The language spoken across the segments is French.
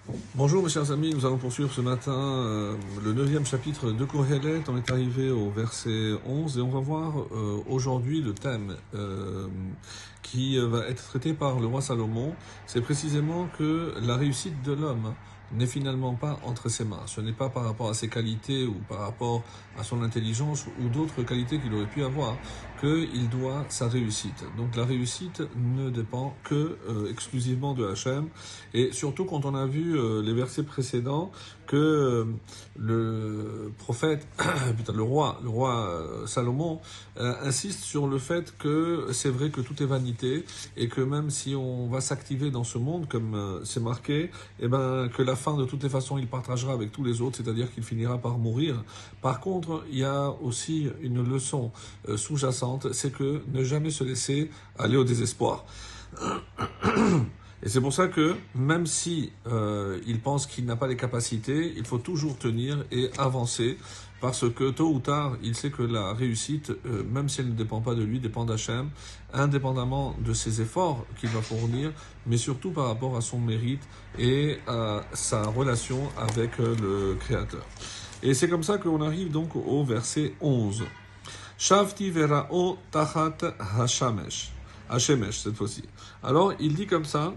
Bonjour mes chers amis, nous allons poursuivre ce matin le 9e chapitre de Kohelet. On est arrivé au verset 11 et on va voir aujourd'hui le thème qui va être traité par le roi Salomon. C'est précisément que la réussite de l'homme n'est finalement pas entre ses mains. Ce n'est pas par rapport à ses qualités ou par rapport à son intelligence ou d'autres qualités qu'il aurait pu avoir qu'il doit sa réussite. Donc la réussite ne dépend que exclusivement de Hachem. Et surtout quand on a vu les versets précédents que le prophète, le roi Salomon insiste sur le fait que c'est vrai que tout est vanité et que même si on va s'activer dans ce monde comme c'est marqué, eh ben que la fin de toutes les façons il partagera avec tous les autres, c'est-à-dire qu'il finira par mourir. Par contre, il y a aussi une leçon sous-jacente, c'est que ne jamais se laisser aller au désespoir. Et c'est pour ça que, même si il pense qu'il n'a pas les capacités, il faut toujours tenir et avancer, parce que tôt ou tard, il sait que la réussite, même si elle ne dépend pas de lui, dépend d'Hachem, indépendamment de ses efforts qu'il va fournir, mais surtout par rapport à son mérite et à sa relation avec le Créateur. Et c'est comme ça qu'on arrive donc au verset 11. Shavti vera'o tachat hashamesh. Hashemesh, cette fois-ci. Alors, il dit comme ça,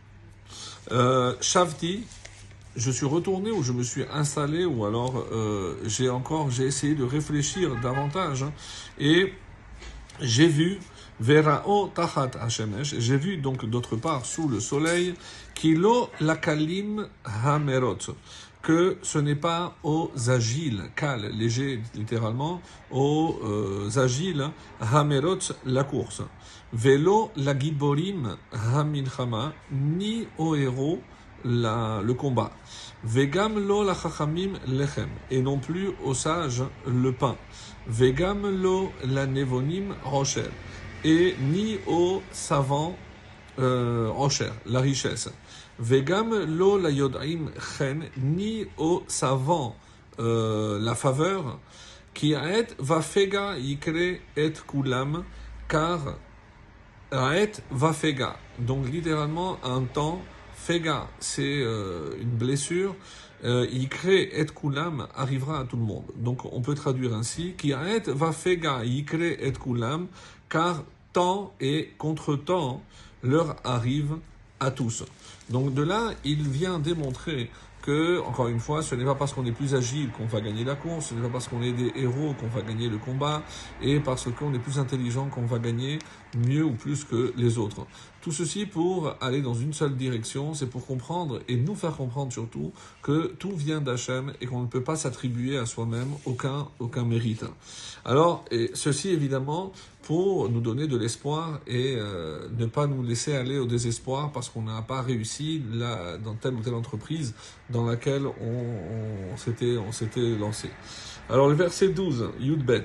Shavti, je suis retourné ou je me suis installé ou alors j'ai essayé de réfléchir davantage et j'ai vu Vera'o tachat hashemesh, j'ai vu donc d'autre part sous le soleil Kilo lakalim hamerot, que ce n'est pas aux agiles, kal, léger littéralement, aux agiles, hamerot, la course. Velo la giborim hamilchama, ni aux héros, le combat. Vegam lo la chachamim lechem, et non plus aux sages le pain. Vegam lo la nevonim rocher, et ni aux savants rocher, la richesse. Vegam lo la yodaim chen, ni aux savants la faveur. Qui aet va fega yikre et kulam, car aet va fega. Donc littéralement un temps. Fega, c'est une blessure. Yikre et kulam arrivera à tout le monde. Donc on peut traduire ainsi qui aet va fega yikre et kulam, car temps et contre-temps leur arrive à tous. Donc de là, il vient démontrer que, encore une fois, ce n'est pas parce qu'on est plus agile qu'on va gagner la course, ce n'est pas parce qu'on est des héros qu'on va gagner le combat, et parce qu'on est plus intelligent qu'on va gagner mieux ou plus que les autres. Tout ceci pour aller dans une seule direction, c'est pour comprendre et nous faire comprendre surtout que tout vient d'Hachem et qu'on ne peut pas s'attribuer à soi-même aucun mérite. Alors, et ceci évidemment pour nous donner de l'espoir et ne pas nous laisser aller au désespoir parce qu'on n'a pas réussi là, dans telle ou telle entreprise dans laquelle on s'était lancé. Alors le verset 12, Yudbet.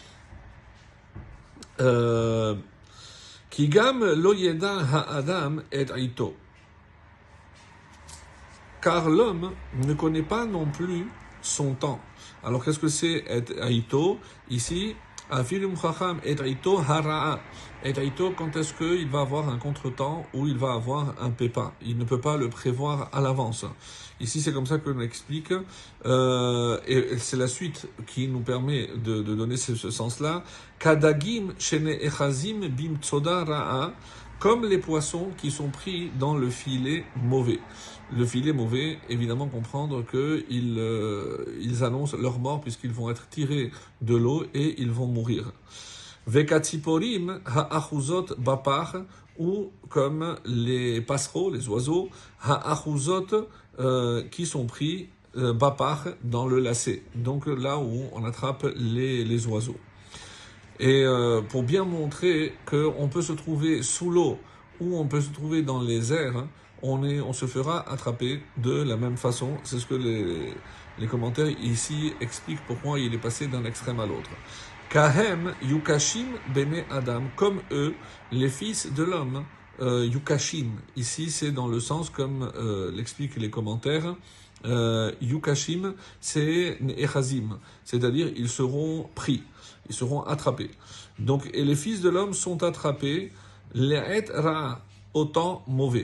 Kigam lo yeda ha'adam et aito. Car l'homme ne connaît pas non plus son temps. Alors qu'est-ce que c'est et aito? Ici, Afilum chacham et aito hara'a. Et aito, quand est-ce qu'il va avoir un contretemps ou il va avoir un pépin? Il ne peut pas le prévoir à l'avance. Ici, c'est comme ça qu'on explique, et c'est la suite qui nous permet de donner ce sens-là. Kadagim shene echazim bim tsoda ra'a, comme les poissons qui sont pris dans le filet mauvais. Le filet mauvais, évidemment, comprendre qu'ils annoncent leur mort puisqu'ils vont être tirés de l'eau et ils vont mourir. Vekatsiporim ha'achuzot bapar, ou comme les passereaux, les oiseaux, ha'achuzot, qui sont pris bapar dans le lacet. Donc là où on attrape les oiseaux. Et pour bien montrer qu'on peut se trouver sous l'eau ou on peut se trouver dans les airs, on se fera attraper de la même façon. C'est ce que les commentaires ici expliquent pourquoi il est passé d'un extrême à l'autre. Kahem yukashim bene adam, comme eux, les fils de l'homme. Yukashim, ici c'est dans le sens comme l'expliquent les commentaires. Yukashim, c'est echazim, c'est-à-dire ils seront pris, ils seront attrapés. Donc, et les fils de l'homme sont attrapés, les ra, au temps mauvais.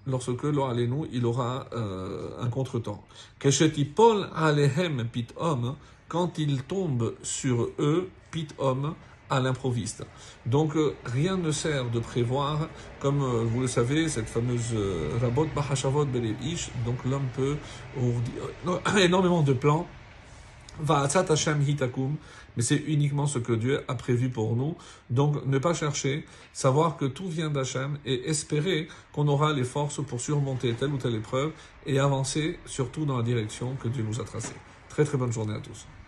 lorsque lo alenu, il aura un contretemps. Keshetipol alehem pitom, quand il tombe sur eux, pitom, à l'improviste. Donc rien ne sert de prévoir, comme vous le savez, cette fameuse rabot bahashavot belel ish, donc l'homme peut énormément de plans. Va'atzat Hashem hitakum, mais c'est uniquement ce que Dieu a prévu pour nous. Donc ne pas chercher, savoir que tout vient d'Hachem et espérer qu'on aura les forces pour surmonter telle ou telle épreuve et avancer surtout dans la direction que Dieu nous a tracée. Très très bonne journée à tous.